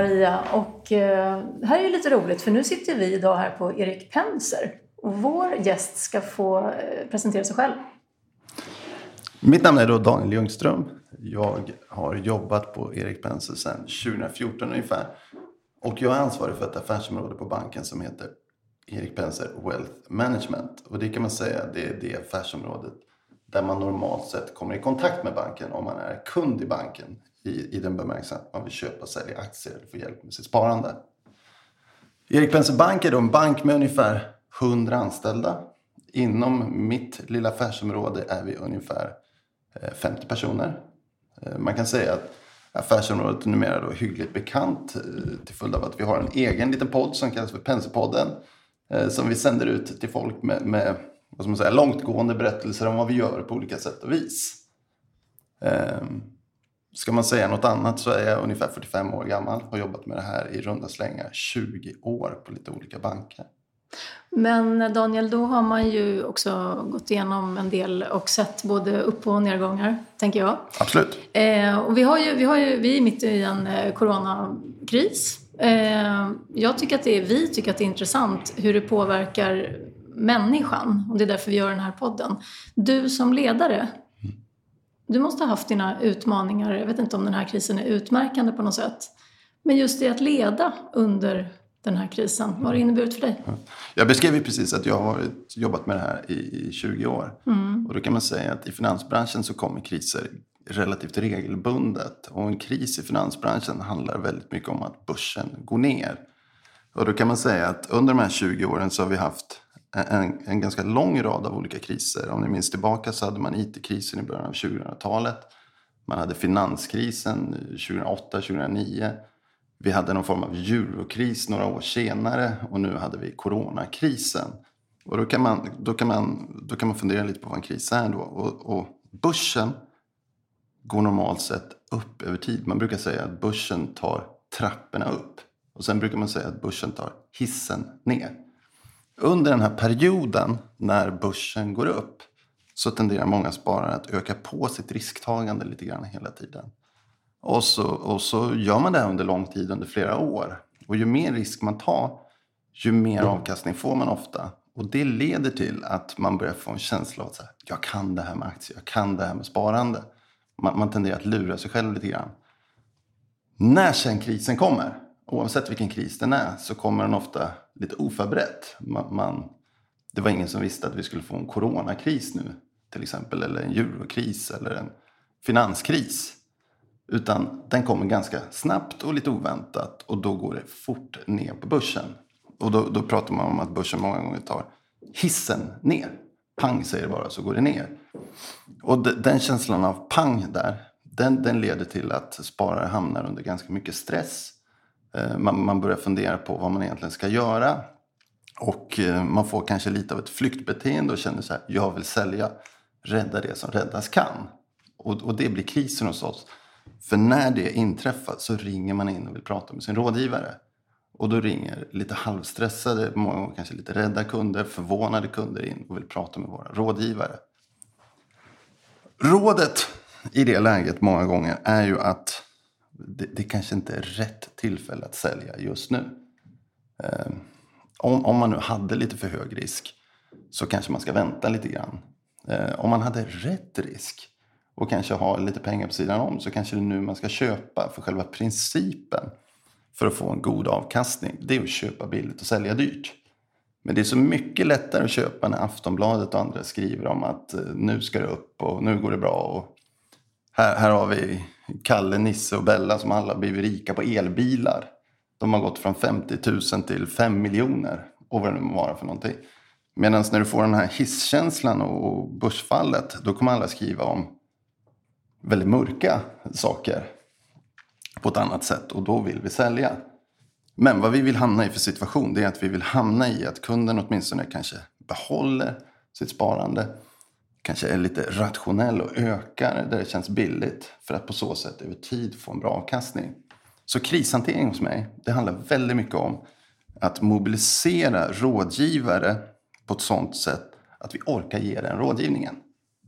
Maria, och det här är ju lite roligt för nu sitter vi idag här på Erik Penser och vår gäst ska få presentera sig själv. Mitt namn är då Daniel Ljungström. Jag har jobbat på Erik Penser sedan 2014 ungefär. Och jag är ansvarig för ett affärsområde på banken som heter Erik Penser Wealth Management. Och det kan man säga, det är det affärsområdet där man normalt sett kommer i kontakt med banken om man är kund i banken. I den bemärkelsen att man vill köpa och sälja aktier eller få hjälp med sitt sparande. Erik Penser Bank är då en bank med ungefär 100 anställda. Inom mitt lilla affärsområde är vi ungefär 50 personer. Man kan säga att affärsområdet är numera då hyggligt bekant till följd av att vi har en egen liten podd som kallas för Penserpodden. Som vi sänder ut till folk med vad ska man säga, långtgående berättelser om vad vi gör på olika sätt och vis. Ska man säga något annat så är jag ungefär 45 år gammal och har jobbat med det här i runda slängar 20 år på lite olika banker. Men Daniel, då har man ju också gått igenom en del och sett både upp- och nedgångar, tänker jag. Absolut. Och vi är mitt i en coronakris. Vi tycker att det är intressant hur det påverkar människan. Och det är därför vi gör den här podden. Du som ledare, du måste ha haft dina utmaningar. Jag vet inte om den här krisen är utmärkande på något sätt. Men just det att leda under den här krisen, vad har det inneburit för dig? Jag beskrev ju precis att jag har jobbat med det här i 20 år. Och då kan man säga att i finansbranschen så kommer kriser relativt regelbundet. Och en kris i finansbranschen handlar väldigt mycket om att börsen går ner. Och då kan man säga att under de här 20 åren så har vi haft en ganska lång rad av olika kriser. Om ni minns tillbaka så hade man IT-krisen i början av 2000-talet. Man hade finanskrisen 2008-2009. Vi hade någon form av eurokris några år senare och nu hade vi coronakrisen. Och då kan man fundera lite på vad en kris är då. Och börsen går normalt sett upp över tid. Man brukar säga att börsen tar trapporna upp. Och sen brukar man säga att börsen tar hissen ner. Under den här perioden när börsen går upp så tenderar många sparare att öka på sitt risktagande lite grann hela tiden. Och så gör man det här under lång tid, under flera år. Och ju mer risk man tar, ju mer avkastning får man ofta. Och det leder till att man börjar få en känsla av att jag kan det här med aktier, jag kan det här med sparande. Man tenderar att lura sig själv lite grann. När sen krisen kommer, oavsett vilken kris den är, så kommer den ofta lite oförberett. Det var ingen som visste att vi skulle få en coronakris nu, till exempel, eller en eurokris eller en finanskris. Utan den kommer ganska snabbt och lite oväntat och då går det fort ner på börsen. Och då pratar man om att börsen många gånger tar hissen ner. Pang säger det bara, så går det ner. Och den känslan av pang där, den leder till att sparare hamnar under ganska mycket stress. Man börjar fundera på vad man egentligen ska göra. Och man får kanske lite av ett flyktbeteende och känner så här, jag vill sälja, rädda det som räddas kan. Och det blir krisen hos oss. För när det inträffar så ringer man in och vill prata med sin rådgivare. Och då ringer lite halvstressade, många gånger kanske lite rädda kunder, förvånade kunder in och vill prata med våra rådgivare. Rådet i det läget många gånger är ju att det kanske inte är rätt tillfälle att sälja just nu. Om man nu hade lite för hög risk så kanske man ska vänta lite grann. Om man hade rätt risk och kanske har lite pengar på sidan om så kanske det är nu man ska köpa. För själva principen för att få en god avkastning, det är att köpa billigt och sälja dyrt. Men det är så mycket lättare att köpa när Aftonbladet och andra skriver om att nu ska det upp och nu går det bra. Och här har vi Kalle, Nisse och Bella som alla blivit rika på elbilar. De har gått från 50 000 till 5 miljoner och vad det nu må vara för någonting. Medan när du får den här hisskänslan och börsfallet, då kommer alla skriva om väldigt mörka saker på ett annat sätt och då vill vi sälja. Men vad vi vill hamna i för situation, det är att vi vill hamna i att kunden åtminstone kanske behåller sitt sparande, kanske är lite rationell och ökar där det känns billigt för att på så sätt över tid få en bra avkastning. Så krishantering hos mig, det handlar väldigt mycket om att mobilisera rådgivare på ett sådant sätt att vi orkar ge den rådgivningen.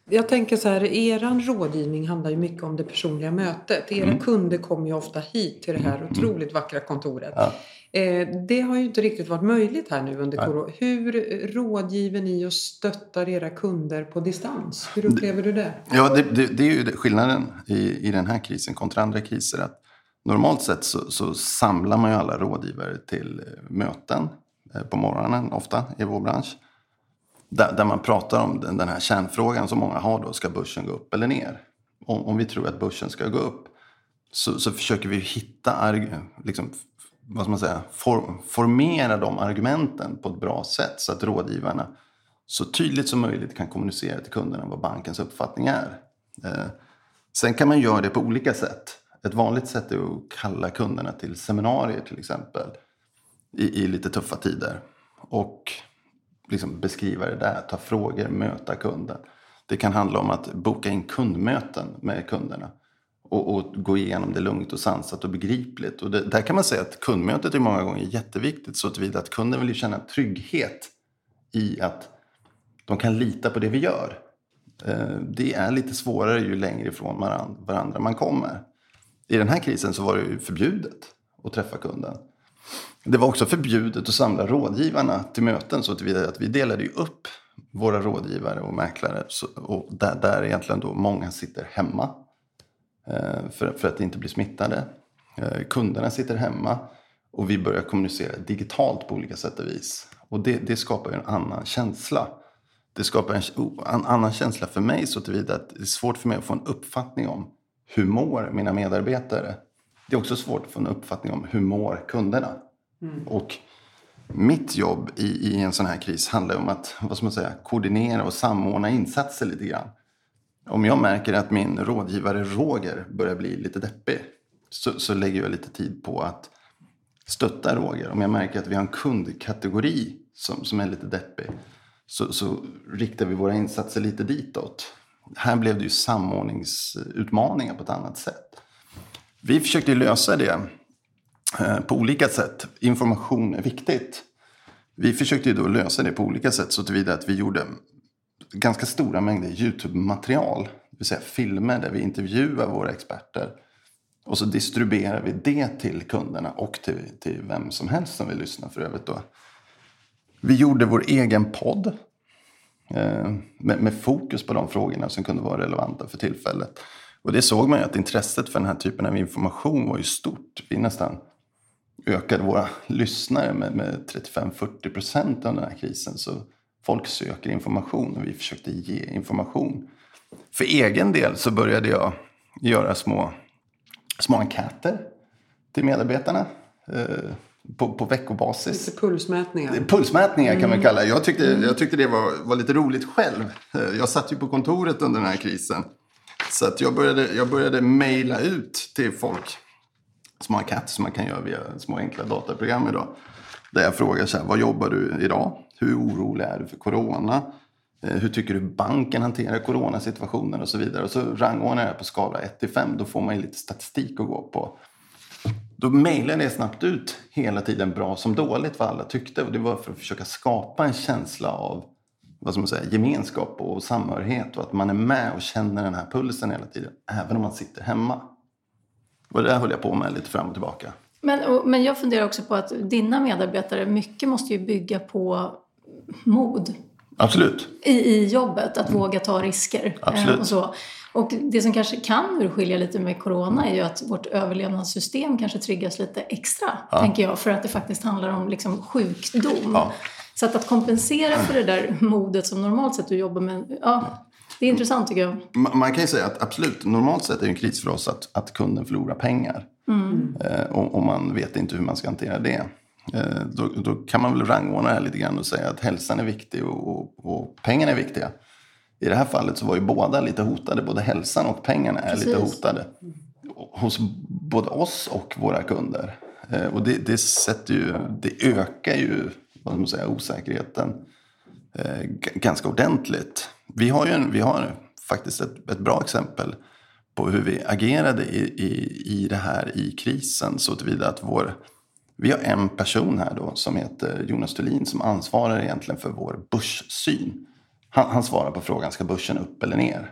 Jag tänker så här, eran rådgivning handlar ju mycket om det personliga mötet. Era kunder kommer ju ofta hit till det här otroligt vackra kontoret. Ja. Det har ju inte riktigt varit möjligt här nu under corona. Hur rådgiver ni och stöttar era kunder på distans? Hur upplever du det? Ja, det är ju skillnaden i den här krisen kontra andra kriser. Att normalt sett så samlar man ju alla rådgivare till möten på morgonen ofta i vår bransch. Där man pratar om den här kärnfrågan som många har då. Ska börsen gå upp eller ner? Om vi tror att börsen ska gå upp så försöker vi hitta, liksom, vad ska man säga, formera de argumenten på ett bra sätt. Så att rådgivarna så tydligt som möjligt kan kommunicera till kunderna vad bankens uppfattning är. Sen kan man göra det på olika sätt. Ett vanligt sätt är att kalla kunderna till seminarier till exempel. I lite tuffa tider. Och liksom beskriva det där, ta frågor, möta kunden. Det kan handla om att boka in kundmöten med kunderna. Och gå igenom det lugnt och sansat och begripligt. Och där kan man säga att kundmötet är många gånger jätteviktigt. Så tillvida att kunden vill ju känna trygghet i att de kan lita på det vi gör. Det är lite svårare ju längre ifrån varandra man kommer. I den här krisen så var det ju förbjudet att träffa kunden. Det var också förbjudet att samla rådgivarna till möten så att vi delade ju upp våra rådgivare och mäklare. Och där egentligen då många sitter hemma för att inte bli smittade. Kunderna sitter hemma och vi börjar kommunicera digitalt på olika sätt och vis. Och det skapar ju en annan känsla. Det skapar en annan känsla för mig så tillvida att det är svårt för mig att få en uppfattning om hur mår mina medarbetare. Det är också svårt att få en uppfattning om hur mår kunderna. Och mitt jobb i en sån här kris handlar om att, vad ska man säga, koordinera och samordna insatser lite grann. Om jag märker att min rådgivare Roger börjar bli lite deppig så lägger jag lite tid på att stötta Roger. Om jag märker att vi har en kundkategori som är lite deppig så riktar vi våra insatser lite ditåt. Här blev det ju samordningsutmaningar på ett annat sätt. Vi försökte lösa det på olika sätt. Information är viktigt. Vi försökte då lösa det på olika sätt så tillvida att vi gjorde ganska stora mängder YouTube-material. Det vill säga filmer där vi intervjuar våra experter. Och så distribuerar vi det till kunderna och till vem som helst som vill lyssna för övrigt då. Vi gjorde vår egen podd med fokus på de frågorna som kunde vara relevanta för tillfället. Och det såg man ju att intresset för den här typen av information var ju stort. Vi nästan ökade våra lyssnare med 35-40% under den här krisen. Så folk söker information och vi försökte ge information. För egen del så började jag göra små enkäter till medarbetarna på veckobasis. Lite pulsmätningar. Pulsmätningar kan man kalla det. Jag tyckte det var lite roligt själv. Jag satt ju på kontoret under den här krisen. Så att jag började mejla ut till folk små enkäter som man kan göra via små enkla dataprogram idag. Där jag frågar så här, vad jobbar du idag? Hur orolig är du för corona? Hur tycker du banken hanterar coronasituationen och så vidare. Och så rangordnar jag på skala 1-5. Då får man ju lite statistik att gå på. Då mejlade jag snabbt ut hela tiden bra som dåligt vad alla tyckte. Och det var för att försöka skapa en känsla av, vad ska man säga, gemenskap och samhörighet. Och att man är med och känner den här pulsen hela tiden. Även om man sitter hemma. Och det där höll jag på med lite fram och tillbaka. Men jag funderar också på att dina medarbetare, mycket måste ju bygga på mod. Absolut. I jobbet, att våga ta risker. Absolut. Och så. Och det som kanske kan urskilja lite med corona är ju att vårt överlevnadssystem kanske triggas lite extra, tänker jag. För att det faktiskt handlar om liksom sjukdom. Ja. Så att kompensera för det där modet som normalt sett du jobbar med, det är intressant tycker jag. Man kan ju säga att absolut, normalt sett är det en kris för oss att kunden förlorar pengar. Och man vet inte hur man ska hantera det. Då kan man väl rangordna här lite grann och säga att hälsan är viktig och pengarna är viktiga. I det här fallet så var ju båda lite hotade. Både hälsan och pengarna är lite hotade. Hos både oss och våra kunder. Och det ökar ju, vad ska man säga, osäkerheten ganska ordentligt. Vi har faktiskt ett bra exempel på hur vi agerade i det här i krisen. Så tillvida att vi har en person här då som heter Jonas Thulin som ansvarar egentligen för vår börssyn. Han svarar på frågan, ska börsen upp eller ner?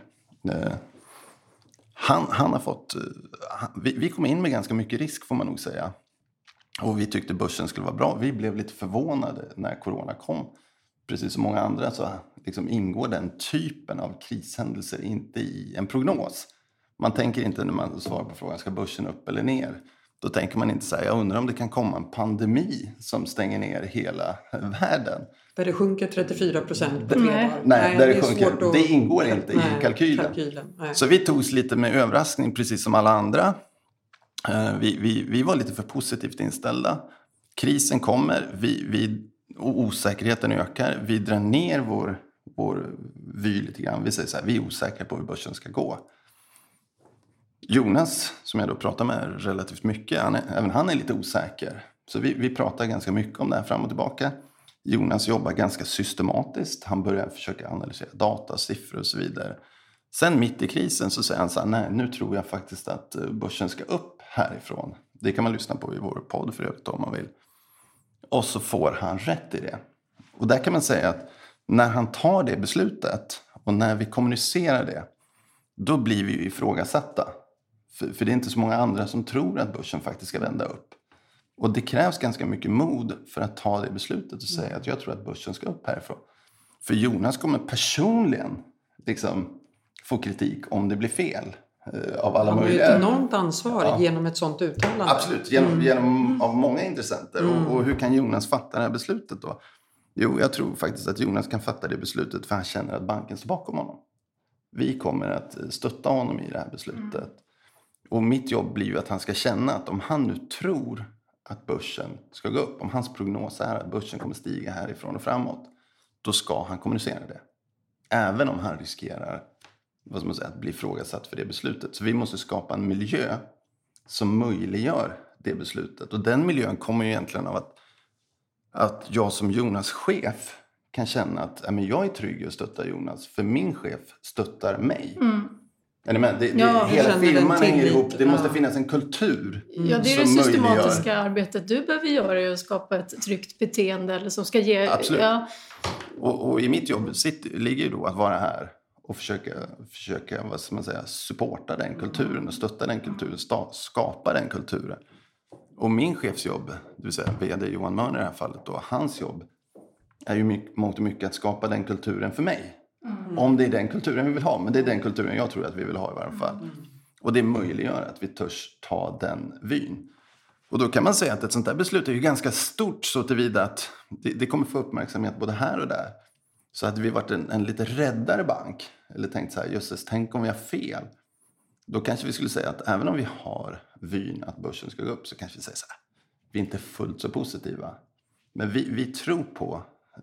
Han har fått... Vi kom in med ganska mycket risk får man nog säga. Och vi tyckte börsen skulle vara bra. Vi blev lite förvånade när corona kom. Precis som många andra så liksom ingår den typen av krishändelser inte i en prognos. Man tänker inte när man svarar på frågan, ska börsen upp eller ner? Då tänker man inte så här, jag undrar om det kan komma en pandemi som stänger ner hela världen. Där det sjunker 34% på 3 dagar. Nej, där det sjunker. Det ingår inte i kalkylen. Så vi togs lite med överraskning precis som alla andra. Vi var lite för positivt inställda. Krisen kommer, och osäkerheten ökar. Vi drar ner vår vy lite grann. Vi säger så här, vi är osäkra på hur börsen ska gå. Jonas, som jag då pratar med relativt mycket, även han är lite osäker. Så vi pratar ganska mycket om det här fram och tillbaka. Jonas jobbar ganska systematiskt. Han börjar försöka analysera data, siffror och så vidare. Sen mitt i krisen så säger han så här, nej, nu tror jag faktiskt att börsen ska upp härifrån. Det kan man lyssna på i vår podd för övrigt om man vill. Och så får han rätt i det. Och där kan man säga att när han tar det beslutet och när vi kommunicerar det, då blir vi ju ifrågasatta. För det är inte så många andra som tror att börsen faktiskt ska vända upp. Och det krävs ganska mycket mod för att ta det beslutet och säga att jag tror att börsen ska upp härifrån. För Jonas kommer personligen liksom få kritik om det blir fel. Av alla möjliga. Han har ju ett enormt ansvar genom ett sånt uttalande. Absolut, genom av många intressenter. Och hur kan Jonas fatta det här beslutet då? Jo, jag tror faktiskt att Jonas kan fatta det beslutet för han känner att banken står bakom honom. Vi kommer att stötta honom i det här beslutet. Och mitt jobb blir ju att han ska känna att om han nu tror att börsen ska gå upp, om hans prognos är att börsen kommer stiga härifrån och framåt, då ska han kommunicera det. Även om han riskerar att bli ifrågasatt för det beslutet. Så vi måste skapa en miljö som möjliggör det beslutet. Och den miljön kommer ju egentligen av att jag som Jonas chef kan känna att jag är trygg och stöttar Jonas. För min chef stöttar mig. Hela firman hänger ihop. Det måste finnas en kultur. Ja, det är det systematiska arbetet du behöver göra är att skapa ett tryggt beteende eller som ska ge... Absolut. Ja. Och i mitt jobb ligger ju då att vara här och försöka supporta den kulturen och stötta den kulturen, skapa den kulturen. Och min chefsjobb, det vill säga vd Johan Mörner i det här fallet då, hans jobb är ju mångt och mycket att skapa den kulturen för mig. Om det är den kulturen vi vill ha, men det är den kulturen jag tror att vi vill ha i varje fall. Och det möjliggör att vi törs ta den vyn. Och då kan man säga att ett sånt här beslut är ju ganska stort så tillvida att det kommer få uppmärksamhet både här och där. Så att vi varit en lite räddare bank. Eller tänkt så här, just tänk om vi har fel. Då kanske vi skulle säga att även om vi har vyn att börsen ska gå upp så kanske vi säger så här, vi är inte fullt så positiva. Men vi tror på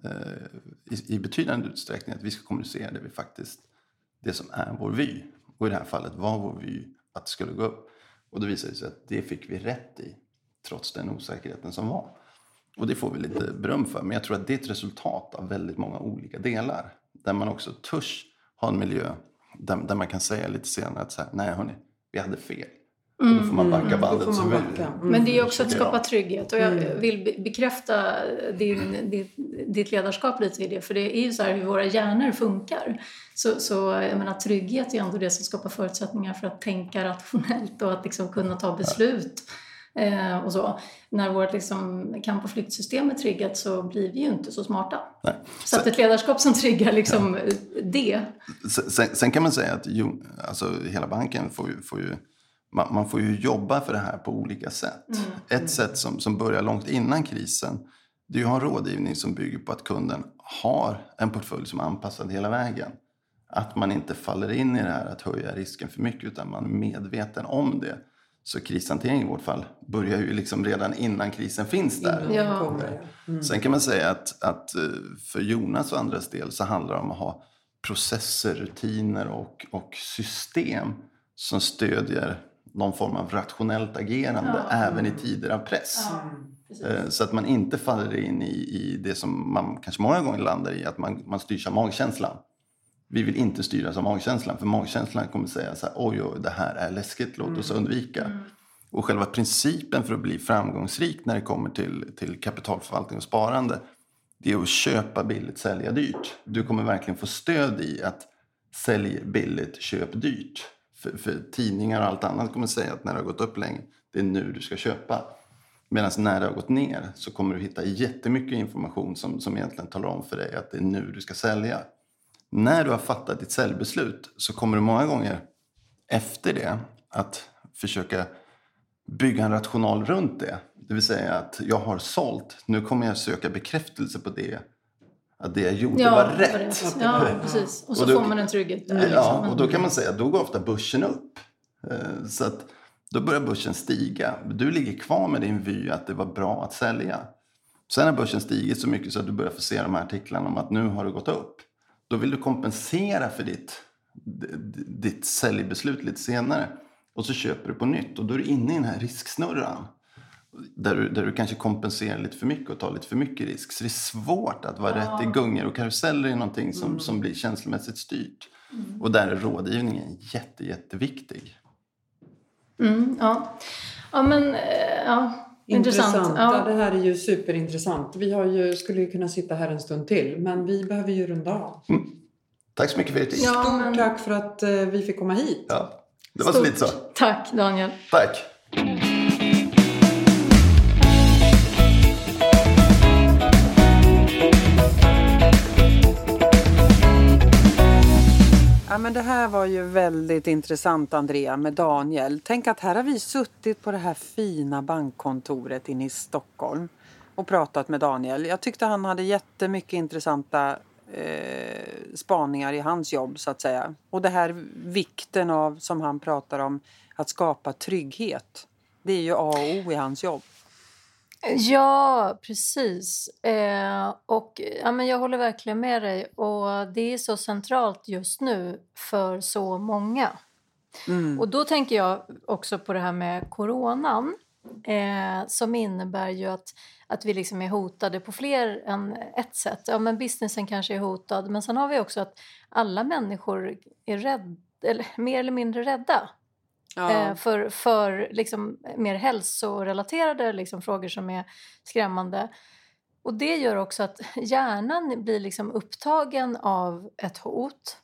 i betydande utsträckning att vi ska kommunicera det som är vår vy. Och i det här fallet var vår vy att det skulle gå upp. Och då visade det sig att det fick vi rätt i trots den osäkerheten som var. Och det får vi lite beröm för. Men jag tror att det är ett resultat av väldigt många olika delar. Där man också törs ha en miljö där man kan säga lite senare att så här, nej hörni, vi hade fel. Och då får man backa bandet som Men det är också att skapa trygghet. Och jag vill bekräfta ditt ledarskap lite i det. För det är ju så här hur våra hjärnor funkar. Så jag menar, trygghet är ändå det som skapar förutsättningar för att tänka rationellt. Och att liksom kunna ta beslut. Och så. När vårt kamp- och flyktsystem är triggat så blir vi ju inte så smarta. Nej. Så att ett ledarskap som triggar det. Sen kan man säga att hela banken man får ju jobba för det här på olika sätt. Ett sätt som börjar långt innan krisen, det är ju att ha en rådgivning som bygger på att kunden har en portfölj som är anpassad hela vägen. Att man inte faller in i det här att höja risken för mycket utan man är medveten om det. Så krishantering i vårt fall börjar ju redan innan krisen finns där. Ja. Sen kan man säga att för Jonas och andras del så handlar det om att ha processer, rutiner och system som stödjer någon form av rationellt agerande även i tider av press. Så att man inte faller in i det som man kanske många gånger landar i, att man styrs av magkänslan. Vi vill inte styras av magkänslan, för magkänslan kommer säga så här, oj, det här är läskigt, låt oss undvika. Och själva principen för att bli framgångsrik när det kommer till kapitalförvaltning och sparande, det är att köpa billigt, sälja dyrt. Du kommer verkligen få stöd i att sälj billigt, köp dyrt. För tidningar och allt annat kommer säga att när det har gått upp länge, det är nu du ska köpa. Medan när det har gått ner så kommer du hitta jättemycket information som egentligen talar om för dig att det är nu du ska sälja. När du har fattat ditt säljbeslut så kommer du många gånger efter det att försöka bygga en rational runt det. Det vill säga att jag har sålt, nu kommer jag söka bekräftelse på det. Att det jag gjorde var rätt. Ja, precis. Och så får man en trygghet där. Ja, och då kan man säga att då går ofta börsen upp. Så att då börjar börsen stiga. Du ligger kvar med din vy att det var bra att sälja. Sen har börsen stigit så mycket så att du börjar få se de här artiklarna om att nu har det gått upp. Då vill du kompensera för ditt säljbeslut lite senare. Och så köper du på nytt. Och då är du inne i den här risksnurran. Där du kanske kompenserar lite för mycket och tar lite för mycket risk. Så det är svårt att vara rätt i gungor. Och karuseller är någonting som blir känslomässigt styrt. Och där är rådgivningen jätteviktig. Ja, men intressant. Ja. Det här är ju superintressant. Vi skulle ju kunna sitta här en stund till. Men vi behöver ju runda av. Tack så mycket för er tid. Stort tack för att vi fick komma hit. Ja, det var så lite så. Tack Daniel. Tack. Ja, men det här var ju väldigt intressant, Andrea, med Daniel. Tänk att här har vi suttit på det här fina bankkontoret inne i Stockholm och pratat med Daniel. Jag tyckte han hade jättemycket intressanta spaningar i hans jobb, så att säga. Och det här vikten av, som han pratar om, att skapa trygghet. Det är ju A och O i hans jobb. Ja, precis. Men jag håller verkligen med dig. Och det är så centralt just nu för så många. Och då tänker jag också på det här med coronan. Som innebär ju att vi liksom är hotade på fler än ett sätt. Ja, men businessen kanske är hotad. Men sen har vi också att alla människor är rädda, eller mer eller mindre rädda. Ja. För liksom mer hälsorelaterade liksom frågor som är skrämmande. Och det gör också att hjärnan blir liksom upptagen av ett hot.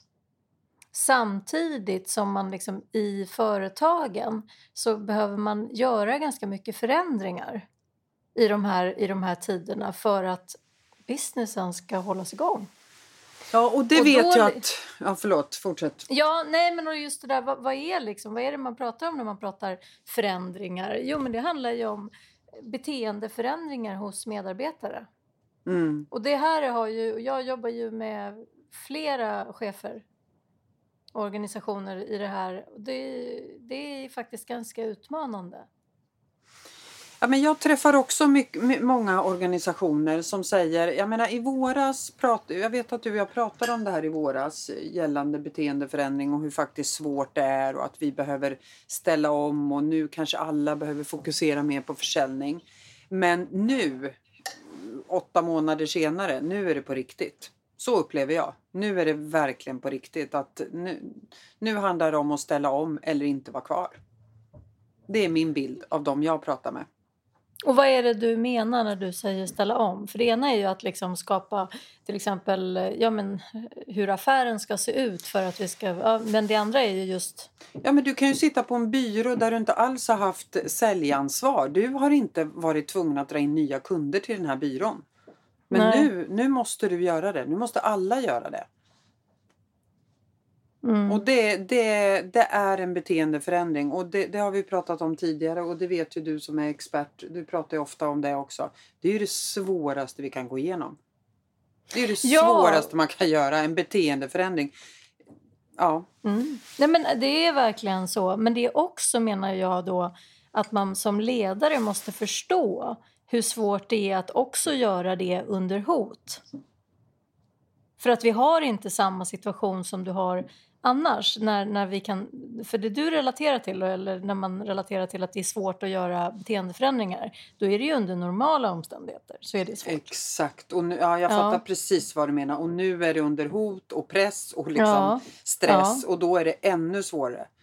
Samtidigt som man liksom i företagen så behöver man göra ganska mycket förändringar i de här tiderna för att businessen ska hållas igång. Ja, och det vet jag att... Ja, förlåt, fortsätt. Ja, nej, men just det där, vad är det man pratar om när man pratar förändringar? Jo, men det handlar ju om beteendeförändringar hos medarbetare. Och det här jag jobbar ju med flera chefer, organisationer i det här. Det är faktiskt ganska utmanande. Ja, men jag träffar också många organisationer som säger, jag menar i våras, jag vet att du och jag pratade om det här i våras gällande beteendeförändring och hur faktiskt svårt det är och att vi behöver ställa om och nu kanske alla behöver fokusera mer på försäljning. Men nu, 8 månader senare, nu är det på riktigt. Så upplever jag. Nu är det verkligen på riktigt att nu handlar det om att ställa om eller inte vara kvar. Det är min bild av dem jag pratar med. Och vad är det du menar när du säger ställa om? För det ena är ju att liksom skapa till exempel hur affären ska se ut för att vi ska... men det andra är ju just... Ja, men du kan ju sitta på en byrå där du inte alls har haft säljansvar. Du har inte varit tvungen att dra in nya kunder till den här byrån. Men nu måste du göra det. Nu måste alla göra det. Och det är en beteendeförändring och det har vi pratat om tidigare och det vet ju du som är expert, du pratar ju ofta om det också. Det är ju det svåraste vi kan gå igenom. Det är ju det svåraste man kan göra, en beteendeförändring. Ja. Nej, men det är verkligen så, men det är också, menar jag då, att man som ledare måste förstå hur svårt det är att också göra det under hot. För att vi har inte samma situation som du har annars, när vi kan, för det du relaterar till, eller när man relaterar till att det är svårt att göra beteendeförändringar, då är det ju under normala omständigheter, så är det svårt. Exakt, och jag fattar precis vad du menar, och nu är det under hot och press och liksom stress, och då är det ännu svårare.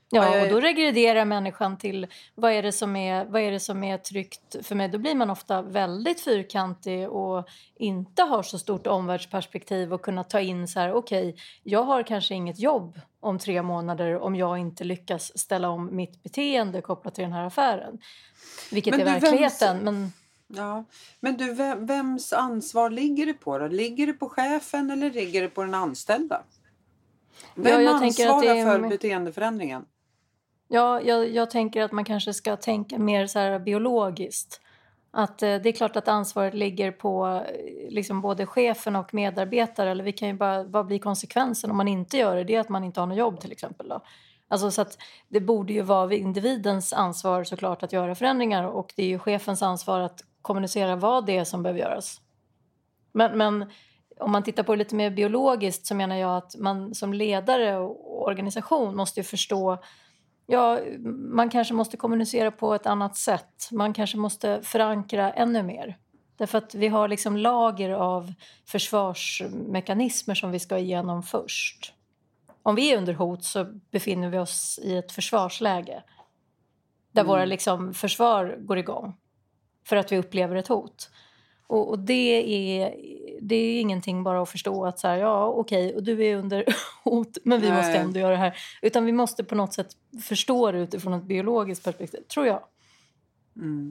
Ja, och då regrederar människan till vad är det som är tryggt för mig. Då blir man ofta väldigt fyrkantig och inte har så stort omvärldsperspektiv och kunna ta in så här, okej, jag har kanske inget jobb om 3 månader om jag inte lyckas ställa om mitt beteende kopplat till den här affären. Vilket är verkligheten. Men du, vems ansvar ligger det på då? Ligger det på chefen eller ligger det på den anställda? Vem ansvarar för beteendeförändringen? Ja, jag tänker att man kanske ska tänka mer så här biologiskt. Att det är klart att ansvaret ligger på liksom både chefen och medarbetare. Eller vi kan ju vad blir konsekvensen om man inte gör det? Det är att man inte har något jobb till exempel då. Alltså så att det borde ju vara individens ansvar såklart att göra förändringar. Och det är ju chefens ansvar att kommunicera vad det är som behöver göras. Men om man tittar på det lite mer biologiskt så menar jag att man som ledare och organisation måste ju förstå. Ja, man kanske måste kommunicera på ett annat sätt. Man kanske måste förankra ännu mer. Därför att vi har liksom lager av försvarsmekanismer som vi ska igenom först. Om vi är under hot så befinner vi oss i ett försvarsläge. Där våra liksom försvar går igång. För att vi upplever ett hot. Och det är ingenting bara att förstå att så här, ja okej, och du är under hot men vi måste ändå göra det här. Utan vi måste på något sätt förstå det utifrån ett biologiskt perspektiv, tror jag. Mm.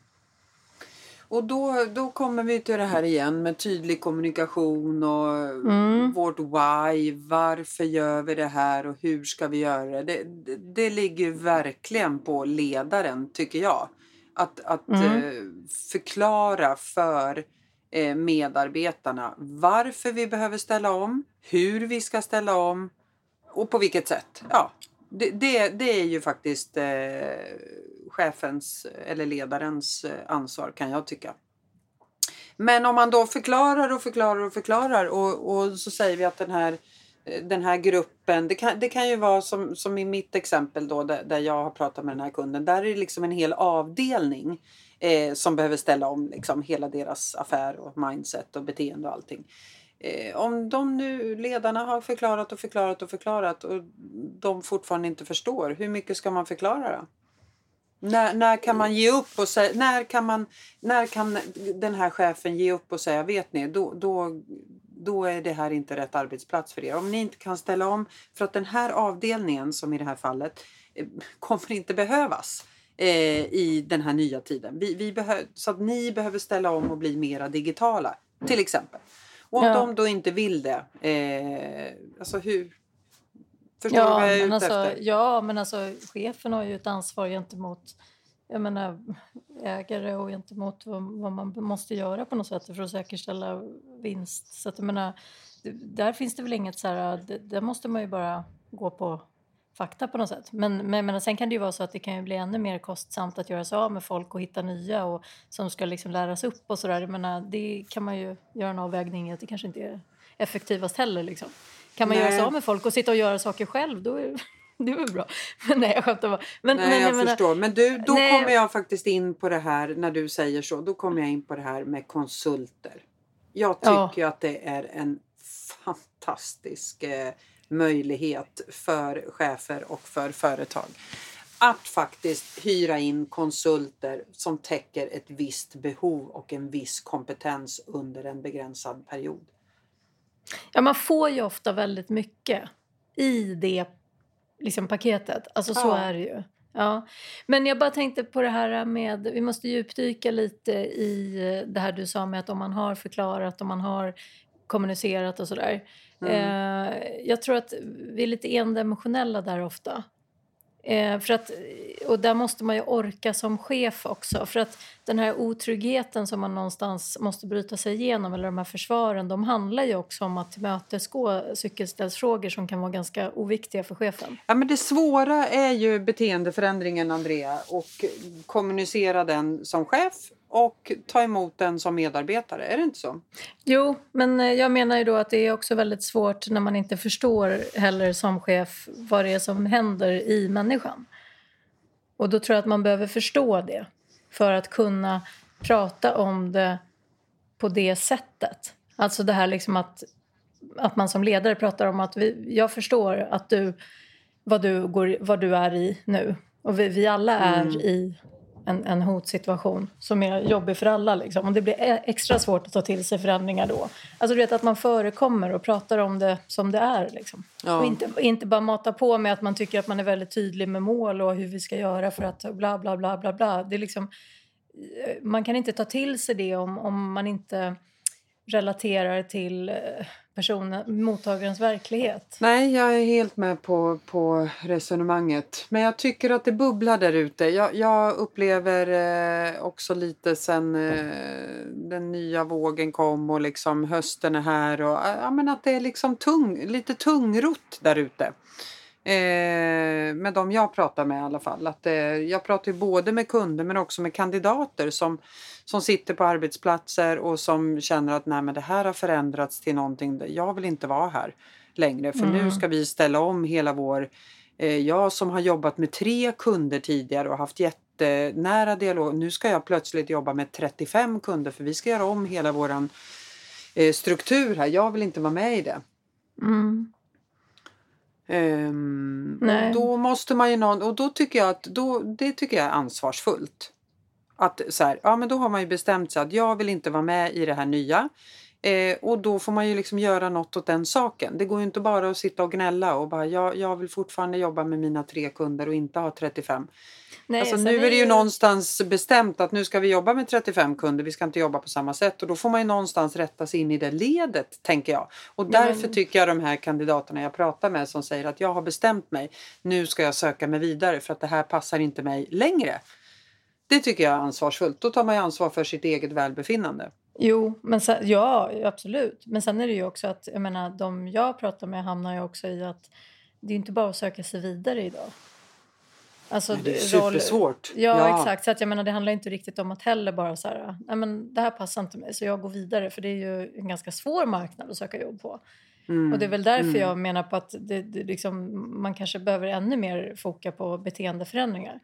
Och då kommer vi till det här igen med tydlig kommunikation och vårt why. Varför gör vi det här och hur ska vi göra det? Det ligger verkligen på ledaren tycker jag. Att förklara för medarbetarna varför vi behöver ställa om, hur vi ska ställa om och på vilket sätt. Ja, det är ju faktiskt chefens eller ledarens ansvar kan jag tycka. Men om man då förklarar och så säger vi att den här gruppen, det kan ju vara som i mitt exempel då där jag har pratat med den här kunden. Där är det liksom en hel avdelning som behöver ställa om liksom hela deras affär och mindset och beteende och allting. Om ledarna har förklarat och de fortfarande inte förstår, hur mycket ska man förklara då? När kan man ge upp och säga, när kan den här chefen ge upp och säga, vet ni, då är det här inte rätt arbetsplats för er. Om ni inte kan ställa om, för att den här avdelningen som i det här fallet kommer inte behövas i den här nya tiden. Så att ni behöver ställa om och bli mera digitala till exempel. Och om de då inte vill det, alltså hur... Förstår du vad jag är ute efter? Ja, men alltså chefen har ju ett ansvar gentemot ägare och gentemot vad man måste göra på något sätt för att säkerställa vinst. Så att där finns det väl inget så här, där måste man ju bara gå på fakta på något sätt. Men sen kan det ju vara så att det kan ju bli ännu mer kostsamt att göra sig av med folk och hitta nya och som ska liksom läras upp och sådär. Det kan man ju göra en avvägning att det kanske inte är effektivast heller liksom. Kan man göra sig av med folk och sitta och göra saker själv, då är det väl bra. Men nej, jag skämtar bara. Jag förstår. Men då kommer jag faktiskt in på det här, när du säger så, då kommer jag in på det här med konsulter. Jag tycker att det är en fantastisk möjlighet för chefer och för företag. Att faktiskt hyra in konsulter som täcker ett visst behov och en viss kompetens under en begränsad period. Ja, man får ju ofta väldigt mycket i det liksom, paketet. Alltså så är det ju. Ja. Men jag bara tänkte på det här med, vi måste djupdyka lite i det här du sa med att om man har förklarat, om man har kommunicerat och sådär. Jag tror att vi är lite endimensionella där ofta. Och där måste man ju orka som chef också. För att den här otryggheten som man någonstans måste bryta sig igenom, eller de här försvaren, de handlar ju också om att tillmötesgå cykelställsfrågor som kan vara ganska oviktiga för chefen. Ja, men det svåra är ju beteendeförändringen, Andrea, och kommunicera den som chef och ta emot den som medarbetare. Är det inte så? Jo, men jag menar ju då att det är också väldigt svårt när man inte förstår heller som chef vad det är som händer i människan. Och då tror jag att man behöver förstå det för att kunna prata om det på det sättet. Alltså det här liksom att man som ledare pratar om att jag förstår att du vad du är i nu. Och vi alla är i en hotsituation som är jobbig för alla. Liksom. Och det blir extra svårt att ta till sig förändringar då. Alltså du vet att man förekommer och pratar om det som det är. Liksom. Ja. Och inte bara mata på med att man tycker att man är väldigt tydlig med mål och hur vi ska göra för att bla bla bla bla bla. Det är liksom, man kan inte ta till sig det om man inte relaterar till mottagarens verklighet. Nej, jag är helt med på resonemanget. Men jag tycker att det bubblar där ute. Jag upplever också lite sen den nya vågen kom och liksom hösten är här. Och, men att det är liksom lite tungrott där ute. Med de jag pratar med i alla fall. Att jag pratar ju både med kunder men också med kandidater som sitter på arbetsplatser och som känner att nej, men det här har förändrats till någonting. Jag vill inte vara här längre för nu ska vi ställa om hela vår... Jag som har jobbat med 3 kunder tidigare och haft jättenära dialog. Nu ska jag plötsligt jobba med 35 kunder för vi ska göra om hela våran struktur här. Jag vill inte vara med i det. Och då måste man ju och då tycker jag att det tycker jag är ansvarsfullt. Att så här, men då har man ju bestämt sig att jag vill inte vara med i det här nya. Och då får man ju liksom göra något åt den saken. Det går ju inte bara att sitta och gnälla och bara jag vill fortfarande jobba med mina 3 kunder och inte ha 35. Nej, alltså nu är det ju någonstans bestämt att nu ska vi jobba med 35 kunder. Vi ska inte jobba på samma sätt. Och då får man ju någonstans rätta sig in i det ledet, tänker jag. Och därför tycker jag de här kandidaterna jag pratar med som säger att jag har bestämt mig. Nu ska jag söka mig vidare för att det här passar inte mig längre. Det tycker jag är ansvarsfullt. Då tar man ju ansvar för sitt eget välbefinnande. Jo, men ja, absolut. Men sen är det ju också att, jag menar, de jag pratar med hamnar ju också i att det är inte bara att söka sig vidare idag. Alltså, det är supersvårt. Ja, exakt. Så att jag menar, det handlar inte riktigt om att heller bara så här, nej men det här passar inte mig så jag går vidare. För det är ju en ganska svår marknad att söka jobb på. Och det är väl därför jag menar på att det liksom, man kanske behöver ännu mer foka på beteendeförändringar.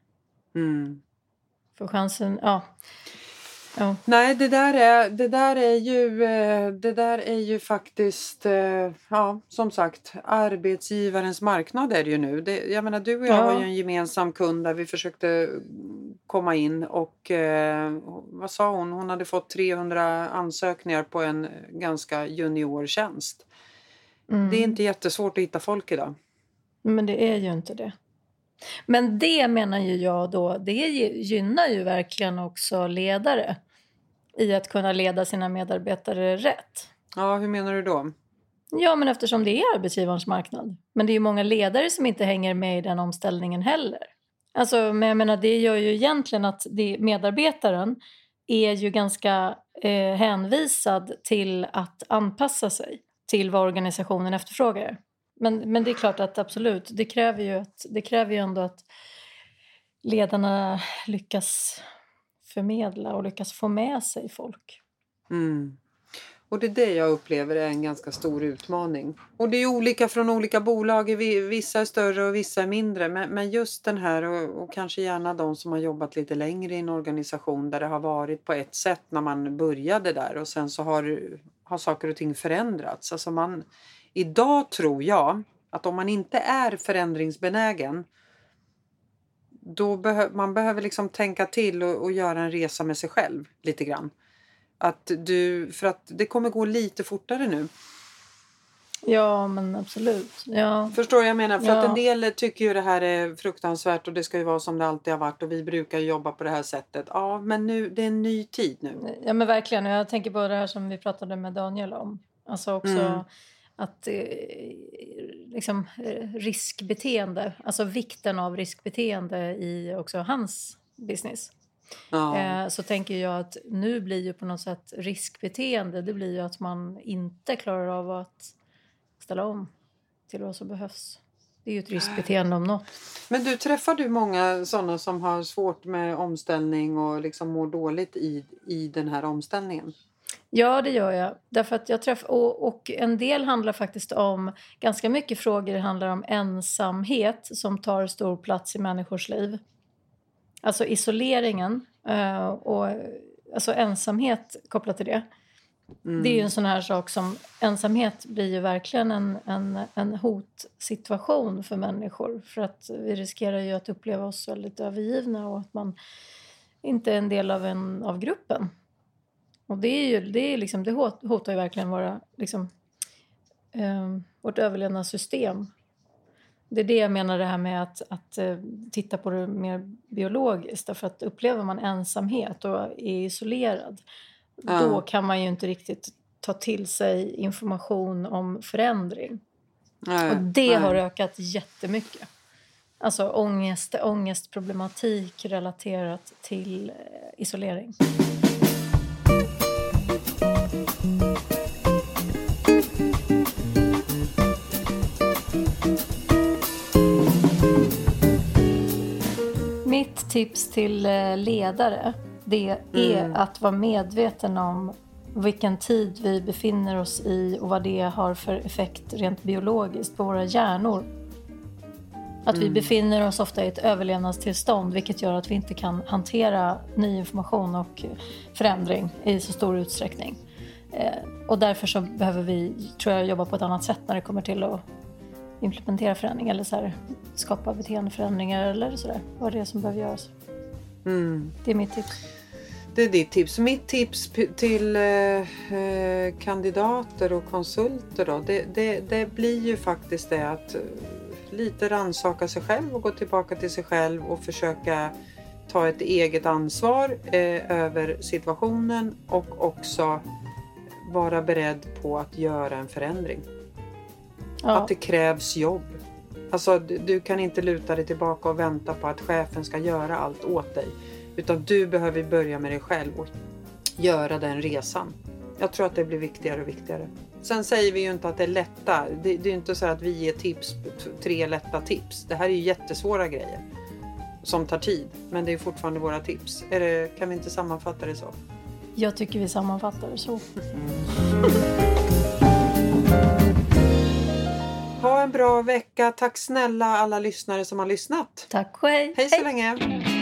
För chansen, ja. Nej, det där är ju faktiskt, som sagt, arbetsgivarens marknad är det ju nu. Jag menar, du och jag har ju en gemensam kund där vi försökte komma in och vad sa hon? Hon hade fått 300 ansökningar på en ganska juniortjänst. Det är inte jättesvårt att hitta folk idag. Men det är ju inte det. Men det menar ju jag då, det gynnar ju verkligen också ledare i att kunna leda sina medarbetare rätt. Ja, hur menar du då? Ja, men eftersom det är arbetsgivarens marknad. Men det är ju många ledare som inte hänger med i den omställningen heller. Alltså, men jag menar, det gör ju egentligen att medarbetaren är ju ganska hänvisad till att anpassa sig till vad organisationen efterfrågar. Men det är klart att absolut, det kräver ju ändå att ledarna lyckas förmedla och lyckas få med sig folk. Och det är det jag upplever är en ganska stor utmaning. Och det är olika från olika bolag, vissa är större och vissa är mindre. Men just den här och kanske gärna de som har jobbat lite längre i en organisation där det har varit på ett sätt när man började där. Och sen så har saker och ting förändrats. Alltså idag tror jag att om man inte är förändringsbenägen då man behöver liksom tänka till och göra en resa med sig själv lite grann. För att det kommer gå lite fortare nu. Ja, men absolut. Ja. Förstår jag menar? För att en del tycker ju det här är fruktansvärt och det ska ju vara som det alltid har varit och vi brukar jobba på det här sättet. Ja, men nu, det är en ny tid nu. Ja, men verkligen. Jag tänker på det här som vi pratade med Daniel om. Alltså också att liksom riskbeteende, alltså vikten av riskbeteende i också hans business. Så tänker jag att nu blir ju på något sätt riskbeteende, det blir ju att man inte klarar av att ställa om till vad som behövs. Det är ju ett riskbeteende om något. Men träffar du många sådana som har svårt med omställning och liksom mår dåligt i den här omställningen? Ja, det gör jag. Därför att jag träffar, och en del handlar faktiskt om, ganska mycket frågor handlar om ensamhet som tar stor plats i människors liv. Alltså isoleringen och alltså ensamhet kopplat till det. Det är ju en sån här sak som ensamhet blir ju verkligen en hotsituation för människor. För att vi riskerar ju att uppleva oss väldigt övergivna och att man inte är en del av gruppen. Och det hotar ju verkligen vårt överlevnadssystem. Det är det jag menar, det här med att titta på det mer biologiskt. Därför att upplever man ensamhet och är isolerad, då kan man ju inte riktigt ta till sig information om förändring. Och det har ökat jättemycket. Alltså ångestproblematik relaterat till isolering. Mitt tips till ledare, det är att vara medveten om vilken tid vi befinner oss i och vad det har för effekt rent biologiskt på våra hjärnor. Att vi befinner oss ofta i ett överlevnadstillstånd, vilket gör att vi inte kan hantera ny information och förändring i så stor utsträckning. Och därför så behöver vi, tror jag, jobba på ett annat sätt när det kommer till att implementera förändring eller så här, skapa beteendeförändringar eller sådär. Vad är det som behöver göras? Det är mitt tips. Det är ditt tips. Mitt tips till kandidater och konsulter då, det blir ju faktiskt det att lite rannsaka sig själv och gå tillbaka till sig själv och försöka ta ett eget ansvar över situationen och också vara beredd på att göra en förändring. Ja. Att det krävs jobb. Alltså du kan inte luta dig tillbaka och vänta på att chefen ska göra allt åt dig. Utan du behöver börja med dig själv och göra den resan. Jag tror att det blir viktigare och viktigare. Sen säger vi ju inte att det är lätta. Det är ju inte så att vi ger 3 lätta tips. Det här är ju jättesvåra grejer som tar tid. Men det är fortfarande våra tips. Kan vi inte sammanfatta det så? Jag tycker vi sammanfattar det så. Ha en bra vecka. Tack snälla alla lyssnare som har lyssnat. Tack själv. Hej så länge.